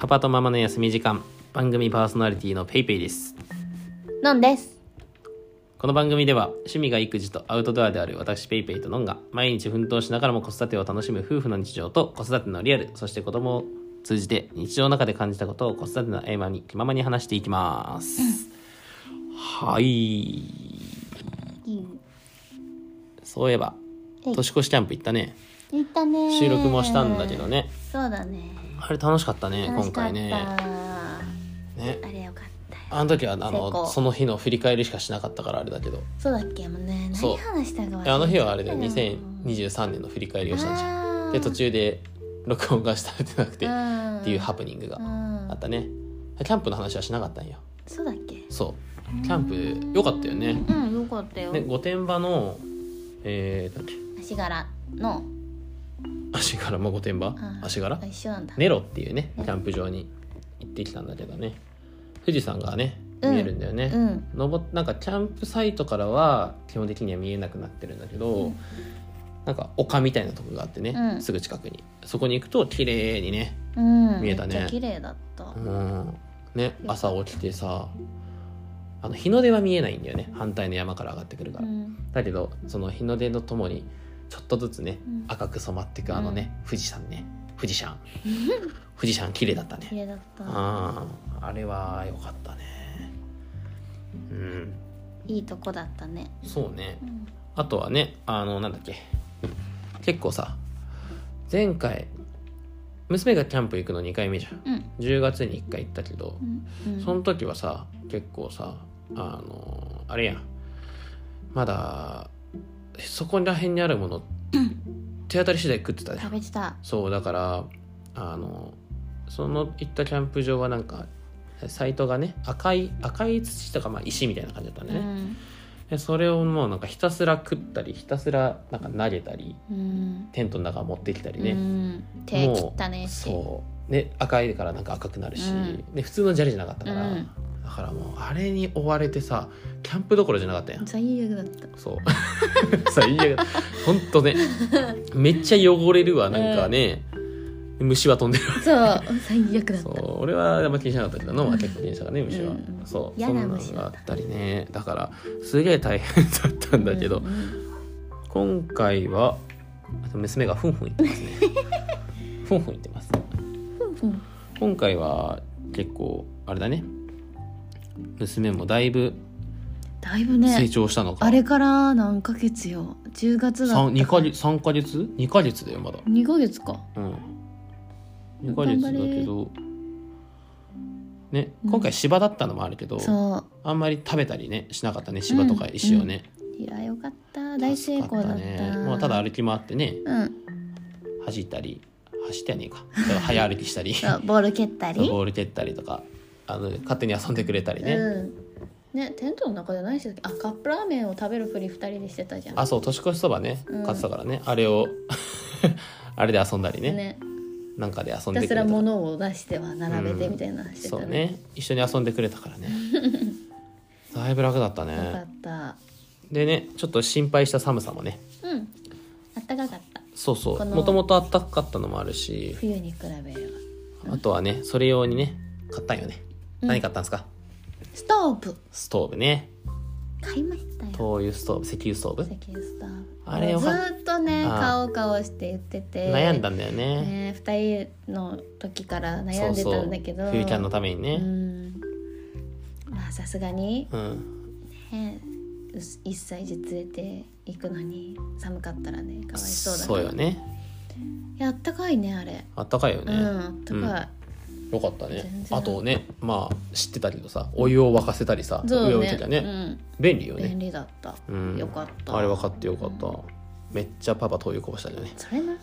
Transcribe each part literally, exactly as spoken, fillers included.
パパとママの休み時間、番組パーソナリティのペイペイです。 のんです。 この番組では趣味が育児とアウトドアである私ペイペイとのんが毎日奮闘しながらも子育てを楽しむ夫婦の日常と子育てのリアル、そして子供を通じて日常の中で感じたことを子育ての合間に気ままに話していきます、うん、はい、うん、そういえば年越しキャンプ行ったね。 行ったね。 収録もしたんだけどね。 そうだね。 あれ楽しかったね。 楽しかった今回ね。ね。 あれよかったよ。 あの時はあのその日の振り返りしかしなかったからあれだけど。 そうだっけもうね。何話したか忘れた。 あの日はあれでにせんにじゅうさんねんの振り返りをしたんじゃん。で途中で録音がされてなくてっていうハプニングがあったね。キャンプの話はしなかったんよ。 そうだっけ。 そうキャンプ良かったよね。 うん良かったよ。 ね御殿場のえー、だっけ足柄の足柄も御殿場、うん、足柄一緒なんだ。 ネロっていうねキャンプ場に行ってきたんだけどね、富士山がね見えるんだよね、うんうん、登なんかキャンプサイトからは基本的には見えなくなってるんだけど、うん、なんか丘みたいなとこがあってね、うん、すぐ近くにそこに行くと綺麗にね、うん、見えたね。 めっちゃ綺麗だった、 うんね、朝起きてさあの日の出は見えないんだよね、反対の山から上がってくるから、うん、だけどその日の出とともにちょっとずつね、うん、赤く染まっていくあのね、うん、富士山ね富士山富士山綺麗だったね。 綺麗だった。 ああれは良かったね。うんいいとこだったね。 そうね、うん、あとはねあのなんだっけ結構さ前回娘がキャンプ行くのにかいめじゃん、うん、じゅうがつにいっかい行ったけど、うんうん、その時はさ結構さあのあれやんまだそこら辺にあるもの、うん、手当たり次第食ってたじゃん。 食べてた。 そうだからあのその行ったキャンプ場はなんかサイトがね赤い赤い土とかまあ石みたいな感じだったんでね、うん、でそれをもうなんかひたすら食ったりひたすらなんか投げたり、うん、テントの中持ってきたりね、うん、 手切ったね。 そうね赤いからなんか赤くなるし、うん、で普通の砂利じゃなかったから、うん、だからもうあれに追われてさキャンプどころじゃなかったやん。 最悪だった。 そう最悪ほんとねめっちゃ汚れるわなんかね、うん、虫は飛んでるわそう最悪だった。 そう俺はあんま気にしなかったけどノンは結構気にしたからね虫は、うん、そう嫌な虫そんなのがあったりね。だからすげえ大変だったんだけど、うんうん、今回は娘がふんふん言ってますねふんふん言ってますふんふん。 今回は結構あれだね娘もだいぶだいぶね成長したのか。 あれから何ヶ月よ。じゅうがつだったからにかげつさんかげつにかげつだよまだ。 にかげつか。 うんにかげつだけどね、今回芝だったのもあるけど、うん、そうあんまり食べたりねしなかったね芝とか石をね、 うんうん、いやよかった大成功だった。 ね、もうただ歩き回ってね、うん、走ったり走ってはねえか早歩きしたりボール蹴ったりボール蹴ったりとかあの勝手に遊んでくれたりね、 うんね、テントの中で何してたっけ。あカップラーメンを食べるふりふたりでしてたじゃん。 あそう年越しそばね、うん、買ってたからねあれをあれで遊んだりね、ねなんかで遊んでくれた。 ひたすら物を出しては並べてみたいなしてたね、 うん、そうね一緒に遊んでくれたからねだいぶ楽だったね。 よかった。 でねちょっと心配した寒さもねうんあったかかった。 そうそうもともとあったかかったのもあるし冬に比べれば、うん、あとはねそれ用にね買ったんよね、うん、何買ったんですか。 ストーブストーブね買いましたよ。 灯油ストーブ石油ストーブ石油ストーブあれよかった。 ずっとね買おう買おうして言ってて悩んだんだよね。 ねふたりの時から悩んでたんだけど、 そうそう冬キャンのためにね、うん、 まあさすがに、 うんね、いっさい児連れて行くのに寒かったらねかわいそうだから。 そうよね。 いやあったかいねあれ。 あったかいよね。 うんあったかい、うんよかったね。あとねまあ知ってたけどさお湯を沸かせたりさ、 ね、 上を置いてたね、うん、便利よね。 便利だった、うん、よかった。 あれ分かってよかった、うん、めっちゃパパ灯油こぼしたよね。 それな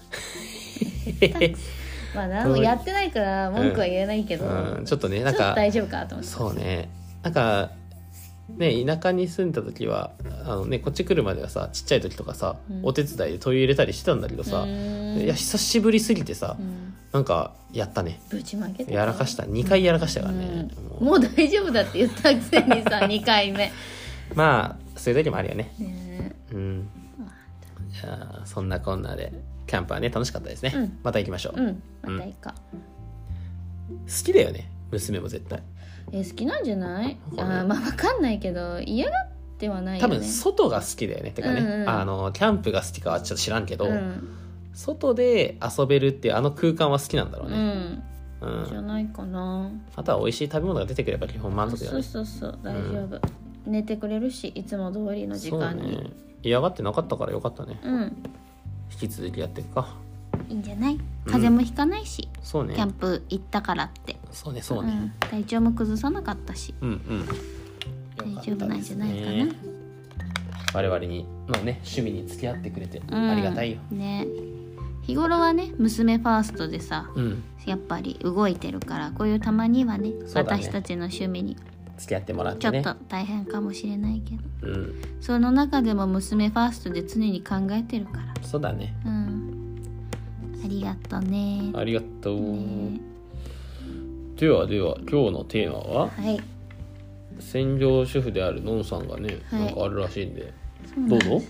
まあ何もやってないから文句は言えないけど、 うんうん、ちょっとねなんか大丈夫かと思って。 そうねなんかね田舎に住んだ時はあのねこっち来るまではさちっちゃい時とかさ、うん、お手伝いで灯油入れたりしてたんだけどさ、いや久しぶりすぎてさ、うん、なんかやったね。 ぶちまけてやらかしたにかいやらかしたからね、 うん、もう大丈夫だって言ったくせにさにかいめまあそういう時もあるよね、 ねうんじゃあそんなこんなでキャンプはね楽しかったですね、うん、また行きましょう、 うん、また行こう、 うん、 きだよね娘も絶対。 え好きなんじゃない？ わかんないあーまあ分かんないけど嫌がってはないよね。 多分外が好きだよね。てかね、 うんうんあのキャンプが好きかはちょっと知らんけど、 うん外で遊べるっていうあの空間は好きなんだろううね、 んうんじゃないかな。 あとは美味しい食べ物が出てくれば基本満足だよそうね。 そうそう大丈夫、寝てくれるしいつも通りの時間に。 そうね、嫌がってなかったからよかったね。 うん引き続きやっていくか。 いいんじゃない？風邪もひかないし、 そうねキャンプ行ったからってそうねそうね、 ん、体調も崩さなかったしうん、うん大丈夫なんじゃないかな。 よかったですね。我々にのね趣味に付き合ってくれてうんありがたいよ。 ね日頃はね娘ファーストでさうん、 やっぱり動いてるからこういうたまにはねそうだね私たちの趣味に付き合ってもらっちょてね。 っと大変かもしれないけど、 うん、 その中でも娘ファーストで常に考えてるからそうだね。 うんありがとうね。 ありがとう。 ねではでは今日のテーマははい専業主婦であるのんさんがね、 はいなんかあるらしいんでそうなんどうぞ。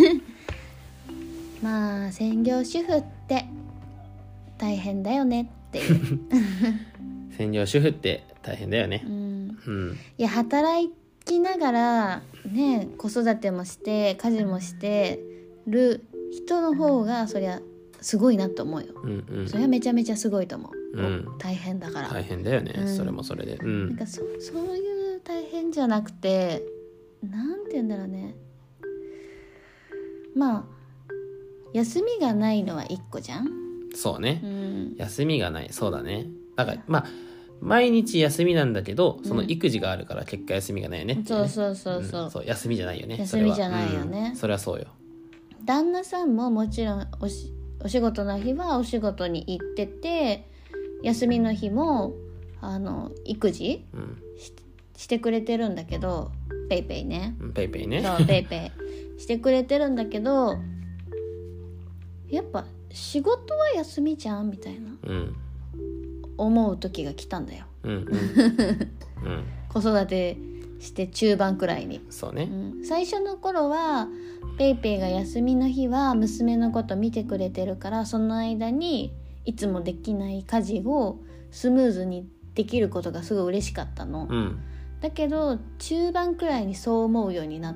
まあ専業主婦って大変だよねっていう、 専業主婦って大変だよねう。ん、 うん、 いや働きながらね子育てもして家事もしてる人の方がそりゃすごいなと思うよ。 うん、うんそれはめちゃめちゃすごいと思う、 うん大変だから、 大変だよね、 うんそれもそれで。うなんん、 かそそういう大変じゃなくてなんて言うんだろうね。まあ休みがないのは一個じゃん、 そうね、 うん、 休みがない。そうだね。だからまあ毎日休みなんだけどその育児があるから結果休みがないよねっていね。 そうそうそうそう、 んそう休みじゃないよね。 休みじゃないよねそれは、うんそれはそうよ。 旦那さんももちろんおしお仕事の日はお仕事に行ってて休みの日もあの育児うん、 ししてくれてるんだけどペイペイねうんペイペイね。 そうペイペイしてくれてるんだけどやっぱ仕事は休みじゃんみたいなうん、 思う時が来たんだよ。 うん、うん、うん、 子育てして中盤くらいに、 そうね。 うん、最初の頃はペイペイが休みの日は娘のこと見てくれてるからその間にいつもできない家事をスムーズにできることがすごい嬉しかったの、 うん、 だけど中盤くらいにそう思うようになって、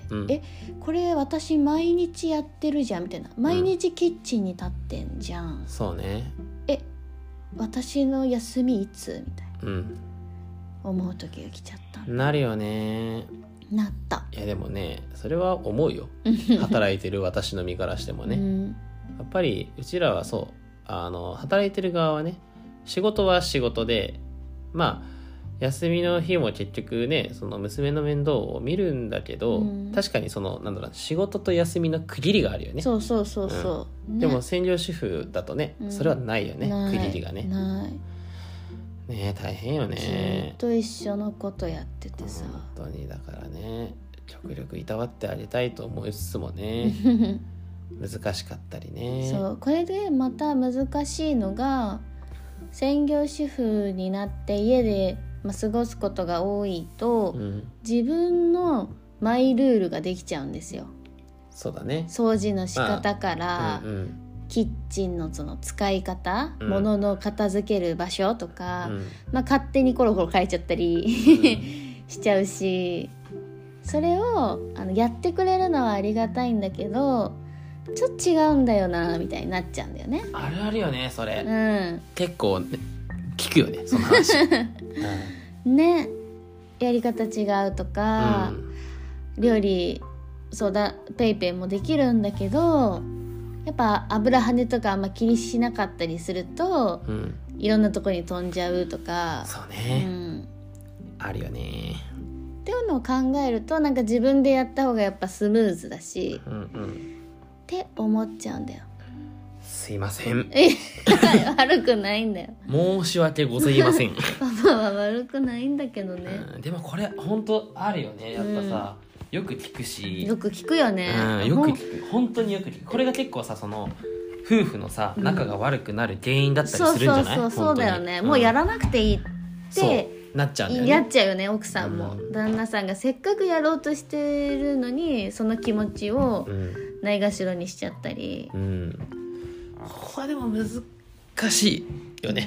うんえこれ私毎日やってるじゃんみたいな、毎日キッチンに立ってんじゃん、 そうね。 え私の休みいつみたいなうん、 思う時が来ちゃったなるよね。 なったいやでもねそれは思うよ。働いてる私の身からしてもね、 うんやっぱりうちらはそうあの働いてる側はね仕事は仕事でまあ休みの日も結局ねその娘の面倒を見るんだけど、 うん確かにそのなんだろう仕事と休みの区切りがあるよね。 そうそうそうそう、ねでも専業主婦だとね、 うんそれはないよね、 ない区切りがね。 ないね大変よずっね。 と一緒のことやっててさ、 本当にだからね極力いたわってあげたいと思いつつもね難しかったりね。 そうこれでまた難しいのが専業主婦になって家で、まあ、過ごすことが多いと、 うん、 自分のマイルールができちゃうんですよ。 そうだね。 掃除の仕方から、 うんうんキッチンのその使い方、 うん物の片付ける場所とか、 うんまあ、勝手にコロコロ変えちゃったり、 うんしちゃうしそれをあのやってくれるのはありがたいんだけどちょっと違うんだよなみたいになっちゃうんだよね。 あるあるよねそれ、 うん結構、ね、聞くよねその話、うんねやり方違うとか、料理そうだペイペイもできるんだけどやっぱ油跳ねとかあんま気にしなかったりするとうんうん、 いろんなとこに飛んじゃうとかそううね、 ん、 あるよね。 っていうのを考えるとなんか自分でやった方がやっぱスムーズだしうんうん、 って思っちゃうんだよ。 すいませんえ悪くないんだよ。 申し訳ございません、 パパは悪くないんだけどね。 うん、でもこれ本当あるよねやっぱさ、よく聞くしよく聞くよね。 うん、よく聞く本当によく聞く。これが結構さその夫婦のさ、 うん仲が悪くなる原因だったりそうするんじゃない？ そうそうそうだよね、 本当にもうやらなくていいってそうなっちゃうんだよね。 やっちゃうよね奥さんも、 うん旦那さんがせっかくやろうとしてるのにその気持ちをうんないがしろにしちゃったり、 うん、ここはでも難しいよね。 ね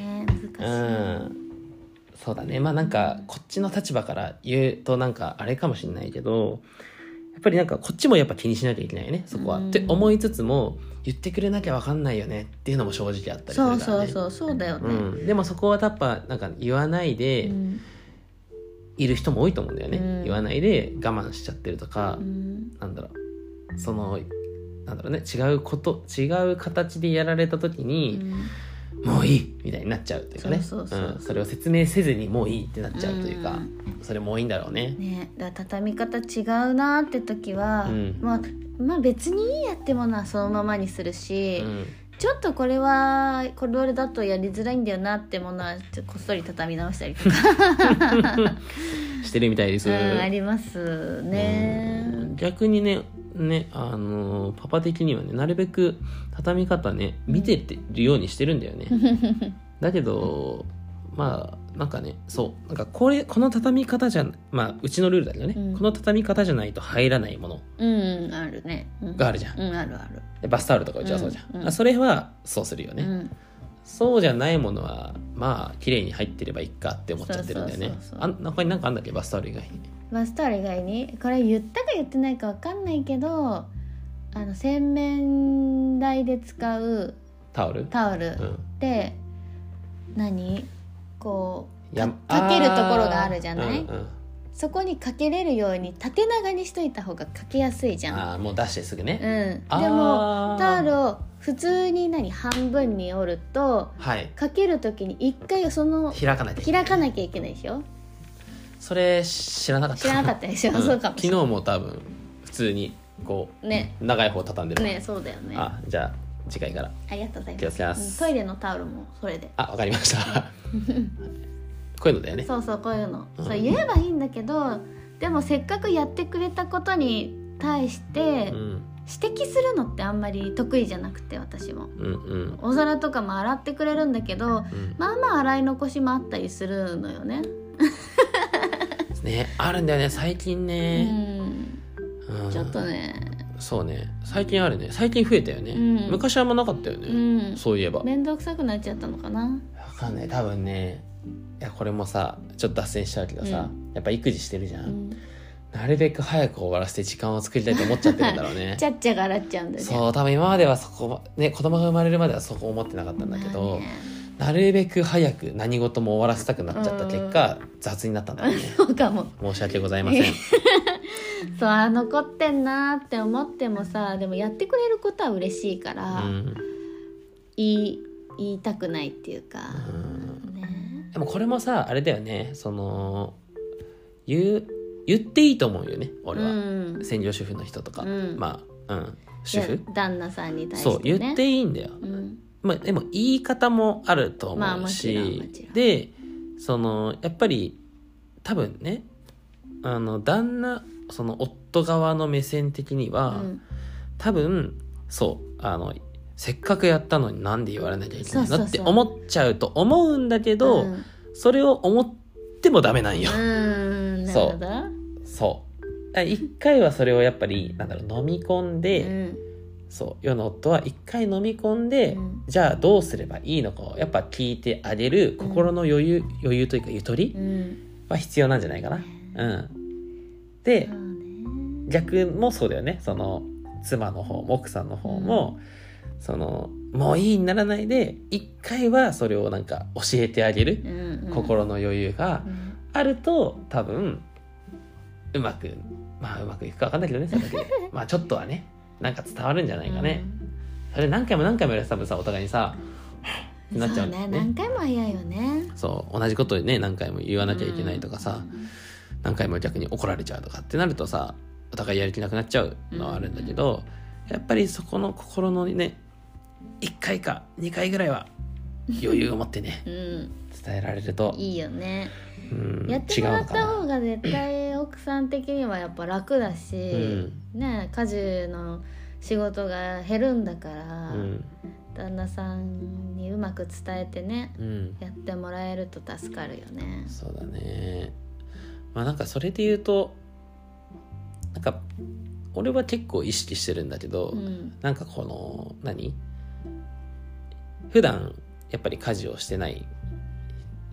うんそうだね。まあなんかこっちの立場から言うとなんかあれかもしれないけど、やっぱりなんかこっちもやっぱ気にしなきゃいけないよねそこは、 うんって思いつつも言ってくれなきゃ分かんないよねっていうのも正直あったりするからね。 そうそうそうそうだよね、 うん、でもそこはやっぱなんか言わないでうんいる人も多いと思うんだよね、 うん言わないで我慢しちゃってるとか、 うんなんだろうそのなんだろうね違うこと違う形でやられた時うに、 んもういいみたいになっちゃうというかね、 そうそうそううん、それを説明せずにもういいってなっちゃうというか、 うんそれも多いんだろうね。 ね、だから畳み方違うなって時は、 うんまあ、まあ別にいいやってものはそのままにするし、 うんちょっとこれはこれだとやりづらいんだよなってものはちょっとこっそり畳み直したりとかしてるみたいです、 うんありますね、 うん逆にねねあのーパパ的にはねなるべく畳み方ね見てってるようにしてるんだよねだけどまあなんかねそうなんかこれこの畳み方じゃまあうちのルールだけどね、 うんこの畳み方じゃないと入らないものうんあるね、うん、 があるじゃん、 うんあるあるでバスタオルとかうちはそうじゃん、 うんうんそれはそうするよね、 うんそうじゃないものはまあ綺麗に入ってればいいかって思っちゃってるんだよね。 そうそうそうそうあん他に何かあんだっけバスタオル以外に。 バスタオル以外にこれ言ったか言ってないか分かんないけどあの洗面台で使うタオルタオルうんで、何こうやかかけるところがあるじゃない、 うんうんそこにかけれるように縦長にしといた方がかけやすいじゃん。 あーもう出してすぐね、 うん、 あーでもタオルを普通に何半分に折るとはいかける時に一回その開かないといけない開かなきゃいけないでしょ。 それ知らなかった知らなかったでしょ、 うんそうかもしれない昨日も多分普通にこうね長い方畳んでるわねそうだよね。ああじゃあ次回からりがとうござい気をつけまますす、うんトイレのタオルもそれであわかりましたこういうのだよねそうそうこういうの、 うんそう言えばいいんだけどでもせっかくやってくれたことに対してうん指摘するのってあんまり得意じゃなくて私もうんうんお皿とかも洗ってくれるんだけどうんまあまあ洗い残しもあったりするのよね。 ねあるんだよね最近うね、 んうんちょっとねそうね最近あるね最近増えたよね、 うん昔はあんまなかったよね、 うんそういえばわ面倒くさくなっちゃったのかな。 かんない多分ねいやこれもさちょっと脱線しちゃうけどさ、 うやっぱ育児してるじゃん、 うんなるべく早く終わらせて時間を作りたいと思っちゃってるんだろうねちゃっちゃが洗っちゃうんだよね。 そう多分今まではそこね子供が生まれるまではそこ思ってなかったんだけど、 まあねなるべく早く何事も終わらせたくなっちゃった結果雑になったんだろうねそうかも。 申し訳ございませんそうあ残ってんなって思ってもさでもやってくれることは嬉しいから、 うん言い言いたくないっていうか、 うんね、 でもこれもさあれだよねその言う言っていいと思うよね俺は、 うん専業主婦の人とか、 うんまあうん主婦いや旦那さんに対してねそう言っていいんだよ、 うんまあ、でも言い方もあるとまあもち思うし、 ろんもちろんでそのやっぱり多分ねあの旦那その夫側の目線的には、 うん多分そうあのせっかくやったのになんで言われなきゃいけないのそうそうそうって思っちゃうと思うんだけど、 うんそれを思ってもダメなんよ、 うんなるほどそうあ一回はそれをやっぱりなんだろう飲み込んで、 うんそう世の夫は一回飲み込んで、 うんじゃあどうすればいいのかをやっぱ聞いてあげる心の余裕、余裕というかゆとりうんは必要なんじゃないかな、うん、でそうね逆もそうだよねその妻の方も奥さんの方も、そのもういいにならないで一回はそれをなんか教えてあげる、 うんうん心の余裕がうんあると多分うまくまあうまくいくか分かんないけどねそれだけでまあちょっとはねなんか伝わるんじゃないかね、それ何回も何回もやると多分さお互いにさってなっちゃうんだよねそうね何回も早いよねそう同じことでね何回も言わなきゃいけないとかさ、何回も逆に怒られちゃうとかってなるとさお互いやる気なくなっちゃうのはあるんだけど、やっぱりそこの心のねいっかいかにかいぐらいは余裕を持ってねうん伝えられるといいよねうんやってもらった違うのか方が絶対奥さん的にはやっぱ楽だし、 うんね家事の仕事が減るんだから、 なうん旦那さんにうまく伝えてねうんやってもらえると助かるよね。 そうだねまあなんかそれで言うとなんか俺は結構意識してるんだけど、 うんなんかこの何普段やっぱり家事をしてない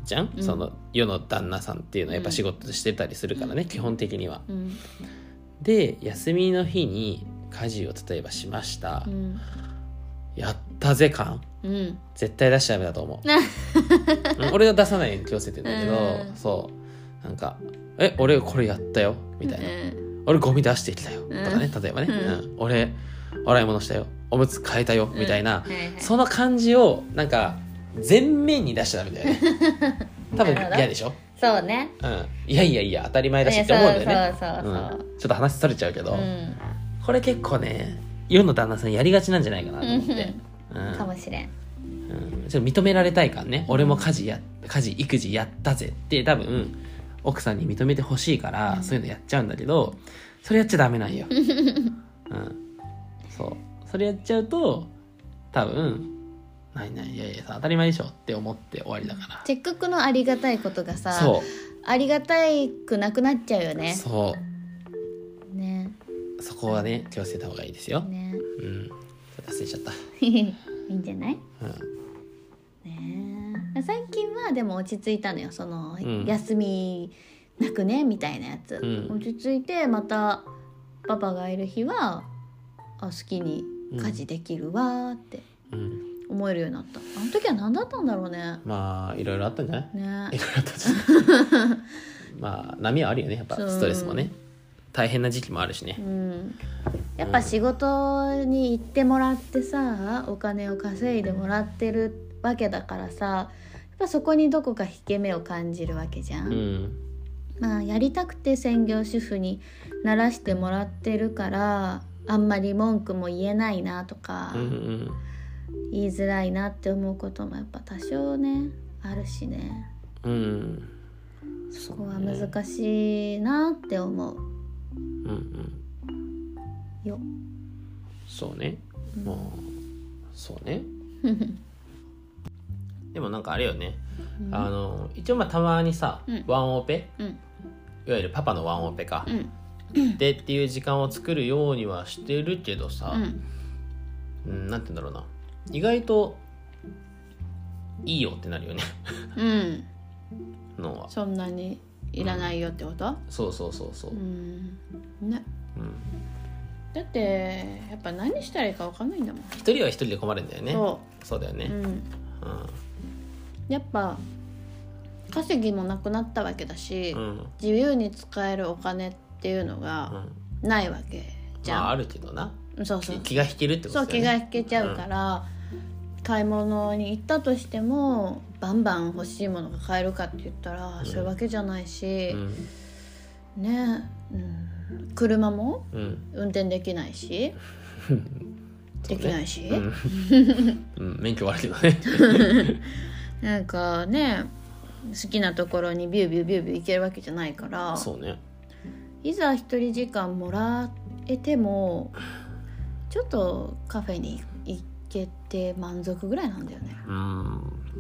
じゃん、 うん、 その世の旦那さんっていうのはやっぱ仕事してたりするからね、うん、基本的には、 うん、で休みの日に家事を例えばしました、 うん、 やったぜ感、 うん、 絶対出しちゃダメだと思う俺は出さないように気をつけてんだけど、うん、そうなんかえ俺これやったよみたいな、うん、俺ゴミ出してきたよとかね、例えばね、うんうん、俺洗い物したよおむつ替えたよみたいな、うんはいはい、その感じをなんか全面に出しちゃダメだよね多分嫌でしょ。 そうね、 うん、いやいやいや当たり前だしって思うんだよね。 そうそうそうそう、 うん、ちょっと話それちゃうけど、 うん、 これ結構ね世の旦那さんやりがちなんじゃないかなと思って、 うん、かもしれん、 うん、ちょっと認められたい感ね、俺も家事や家事育児やったぜって多分奥さんに認めてほしいから、うん、そういうのやっちゃうんだけどそれやっちゃダメなんよ、うん、そうそれやっちゃうと多分ないないいやいや当たり前でしょって思って終わりだから、 せっかくのありがたいことがさそうありがたくなくなっちゃうよね。 そうね、 そこはね気をつけた方がいいですよ、 ね、 うん、忘れちゃったいいんじゃない、 うんね、最近はでも落ち着いたのよ、その、うん、休みなくねみたいなやつ、うん、落ち着いてまたパパがいる日はあ好きに家事できるわって思えるようになった、うん、あの時は何だったんだろうね。 まあいろいろあったんじゃない、 ね、 いろいろあったんじゃないまあ波はあるよねやっぱストレスもね大変な時期もあるしね、うん、 やっぱ仕事に行ってもらってさお金を稼いでもらってるわけだからさやっぱそこにどこか引け目を感じるわけじゃん、うん、まあやりたくて専業主婦にならしてもらってるからあんまり文句も言えないなとか、うんうん、言いづらいなって思うこともやっぱ多少ねあるしね、うん、そこは難しいなって思う。うんうんよそうね、うん、まあそうねでもなんかあれよね、うん、あの一応まあたまにさ、うん、ワンオペ、うん、いわゆるパパのワンオペか、うん、でっていう時間を作るようにはしてるけどさ、うんうん、なんて言うんだろうな意外といいよってなるよねうんのはそんなにいらないよってこと、うん、 そうそうそうそう、 うんねうん、だってやっぱ何したらいいか分かんないんだもん。 一人は一人で困るんだよね。そうそうだよね、うんうん、 やっぱ稼ぎもなくなったわけだし、うん、自由に使えるお金っていうのがないわけじゃん、 まあ、あるけどなそうそう気が引けるってことだよね。 そう気が引けちゃうから、うん、買い物に行ったとしてもバンバン欲しいものが買えるかって言ったら、うん、そういうわけじゃないし、うん、ね、うん車も運転できないし、うん、できないし、うんうん、免許はあるけどねなんかね好きなところにビュービュービュービュー行けるわけじゃないから、 そうね、 いざ一人時間もらえてもちょっとカフェに行けて満足ぐらいなんだよね。 うん、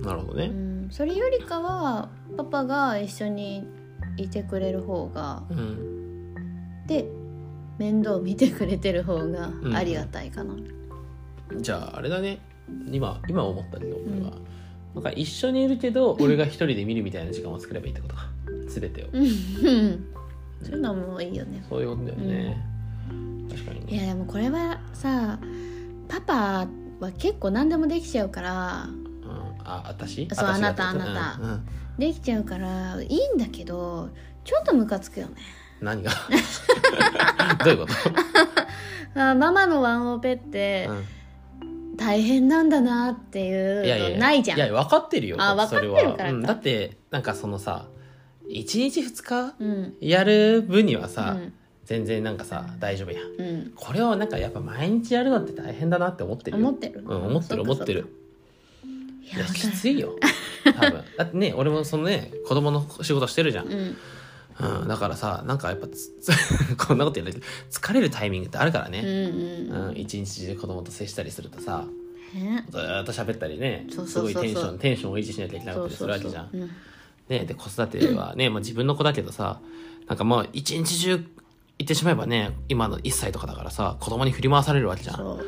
なるほどね、うん、 それよりかはパパが一緒にいてくれる方が、うんで面倒見てくれてる方がありがたいかな、 うん、じゃああれだね今今思ったけど俺は、うん、なんか一緒にいるけど俺が一人で見るみたいな時間を作ればいいってことか全てを、うん、 そういうのもいいよね。 そういうことだよね、うん、確かにね。 いやでもこれはさパパは結構何でもできちゃうから、うん、 あ私そうあなたあなた、うんうん、できちゃうからいいんだけどちょっとムカつくよね。 何がどういうことママのワンオペって大変なんだなっていうのないじゃん。 いやいや分かってるよ。 あ分かってるからか、 うん、だってなんかそのさいちにちふつかやる分にはさ、うん、全然なんかさ大丈夫や、うん、これをなんかやっぱ毎日やるのって大変だなって思ってるよ。 思ってる、 うん、思ってる思ってる。いやきついよ多分だってね俺もそのね子供の仕事してるじゃん、うんうん、だからさなんかやっぱこんなこと言うと疲れるタイミングってあるからね、うんうんうん、一日中子供と接したりするとさずっと喋ったりねすごいテンションテンションを維持しなきゃいけなかったりするわけじゃん。ね、で子育てはね、まあ、自分の子だけどさなんかもう一日中言ってしまえばね今のいっさいとかだからさ子供に振り回されるわけじゃん。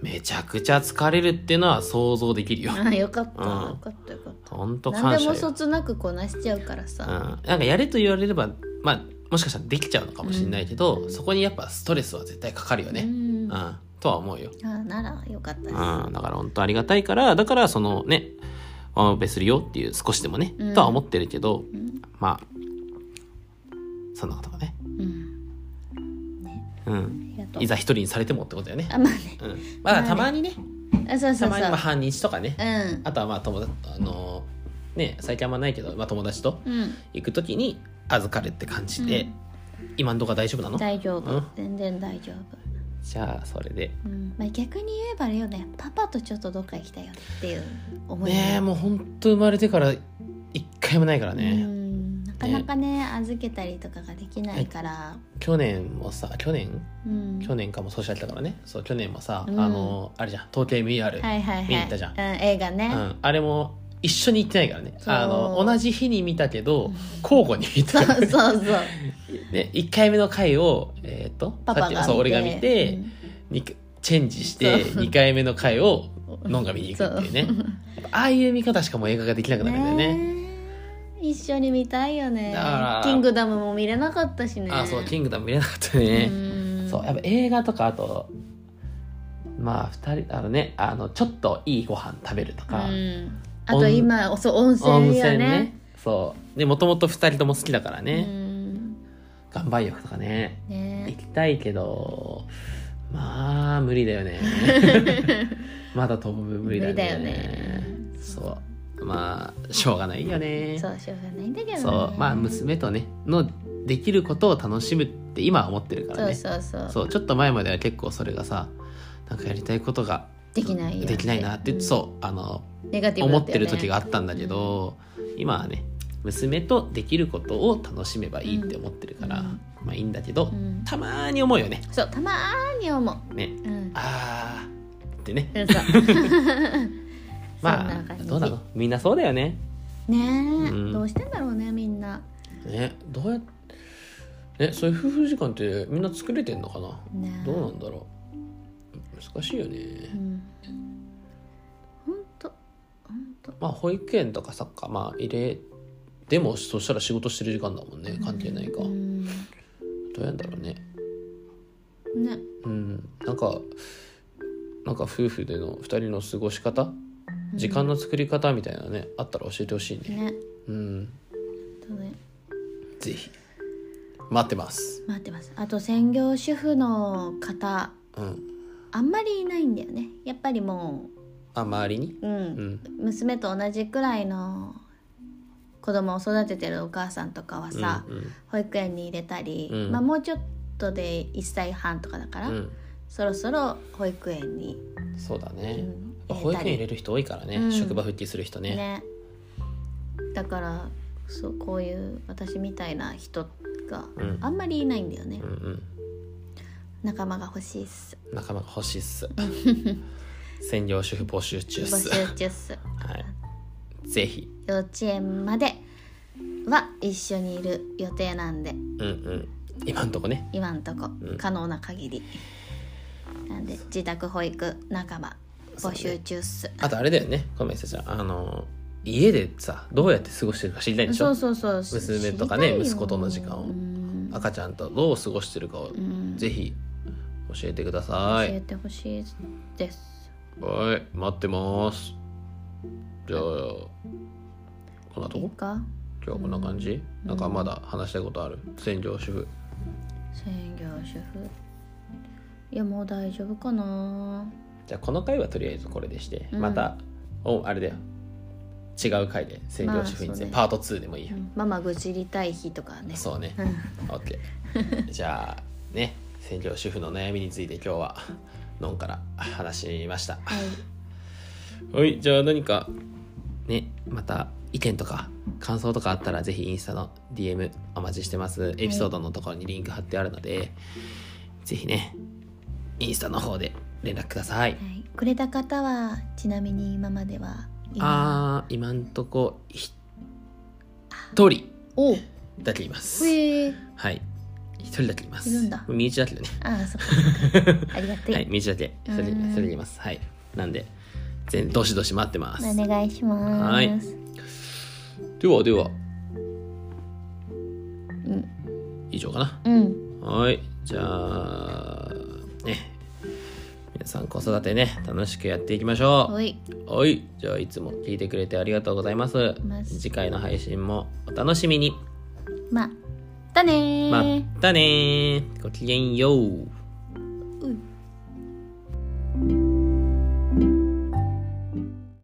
めちゃくちゃ疲れるっていうのは想像できるよ。 あよかった、 うん、 よかったよかったほんと感何謝よ。 でもそつなくこなしちゃうからさ、 うん、なんかやれと言われればまあもしかしたらできちゃうのかもしれないけど、うん、そこにやっぱストレスは絶対かかるよね、うん、うん、とは思うよ。 あならよかったです、 うん、だから本当ありがたいからだからそのねワンオペするよっていう少しでもね、うん、とは思ってるけど、うん、まあそんなことがね、うんね、うん、いざ一人にされてもってことだよね。 あまあね、 うん、まあたまにね、 あそうそうそう、 たまにまあ半日とかね、 うん、 あとはまあ友達あのね最近あんまないけど、まあ、友達と行くときに預かるって感じで、うん、今んとこは大丈夫なの？ 大丈夫、 うん、 全然大丈夫。 じゃあそれで、 うんまあ、逆に言えばあれよね、パパとちょっとどっか行きたいよっていう思いねえもうほんと生まれてから一回もないからね、 うんなかなかね、ね預けたりとかができないから、 去年もさ去年、 うん、 去年かもそうしちゃったからね、そう去年もさ、うん、あのあれじゃん東京 エムイーアール、 はいはいはい、 見に行ったじゃん、 うん、映画ね、 うん、あれも一緒に行ってないからね、あの同じ日に見たけど交互に見たから、ね、 そうそうそうね、いっかいめの回を、えー、とパパが見てそう俺が見て、うんチェンジしてにかいめの回をノンが見に行くっていうねああいう見方しかもう映画ができなくなるんだよね。ね一緒に見たいよね。 だからキングダムも見れなかったしね。 あそうキングダム見れなかったね。そうやっぱ映画とかあとまあふたりあのねあのちょっといいご飯食べるとか、 あと今そう温泉よね。温泉ねそうでもともとふたりとも好きだからね岩盤浴とかねね行きたいけどまあ無理だよねまだ飛ぶ無理だね。無理だよね。そうまあしょうがないよね。 そうしょうがないんだけどね。 そうまあ娘とねのできることを楽しむって今は思ってるからね。 そうそうそうそうちょっと前までは結構それがさなんかやりたいことができないよ、ね、 できないなって、うん、そうあのネガティブだったよね、 思ってる時があったんだけど、うん、今はね娘とできることを楽しめばいいって思ってるから、うんまあいいんだけど、うん、たまに思うよね。 そうたまに思うね、うん、あーってね、 うん、 まあどうなのみんなそうだよね。 ねえ、うん、どうしてんだろうねみんなねどうやってねそういう夫婦時間ってみんな作れてんのかな、ね、どうなんだろう難しいよね。うんほんとほんとまあ保育園とかサッカーまあ入れでもそしたら仕事してる時間だもんね関係ないか、うんどうやんだろうね。 ね。 うん、なんかなんか夫婦でのふたりの過ごし方、うん、時間の作り方みたいなねあったら教えてほしいね。 ね。 うん。 そうね。 ぜひ待ってます。 待ってます。あと専業主婦の方、うん、あんまりいないんだよね。やっぱりもうあ周りに、 うん、うん、娘と同じくらいの子供を育ててるお母さんとかはさ、うんうん、保育園に入れたり、うんまあ、もうちょっとでいっさいはんとかだから、うん、そろそろ保育園にそうだね、うん、保育園入れる人多いからね、うん、職場復帰する人 ね, ねだからそうこういう私みたいな人があんまりいないんだよね、うんうん、仲間が欲しいっす。 仲間が欲しいっす専業主婦募集中っす。 募集中っす、 はい、ぜひ幼稚園までは一緒にいる予定なんで、うんうん、今んとこね今んとこ、うん、可能な限りなんで自宅保育仲間募集中っす、ね、 あとあれだよねごめんなさいあの家でさどうやって過ごしてるか知りたいんでしょ。 そうそうそう娘とかね息子との時間を赤ちゃんとどう過ごしてるかをぜひ教えてください。 教えてほしいです。 はい待ってます。じゃあこんなとこいいか今日はこんな感じ、うん、なんかまだ話したいことある？専業主婦専業主婦いやもう大丈夫かな。 じゃあこの回はとりあえずこれでして、うん、またおあれだよ違う回で専業主婦について、まあね、パートツーでもいいよ、うん、 ママぐじりたい日とかね。 そうねオッケーじゃあね専業主婦の悩みについて今日はのんから話しました。はい、はい、じゃあ何かねまた意見とか感想とかあったらぜひインスタの ディーエム お待ちしてます。エピソードのところにリンク貼ってあるので、はい、ぜひねインスタの方で連絡ください、はい、 くれた方はちなみに今までは今あ今んとこひとりだけいます。 へはい一人だけいます。 いるんだ身内だけどね。 ああそっかそっかありがたい、 はい、身内だけ一人一人います。はい。なんで全どしどし待ってます。 お願いします。 はい。ではでは、 うん、 以上かな。 うん。 はい。じゃあね、皆さん子育てね楽しくやっていきましょう。 はい。 はい。じゃあいつも聞いてくれてありがとうございます。 ます次回の配信もお楽しみに。 またねー。 またねー。ごきげんよう。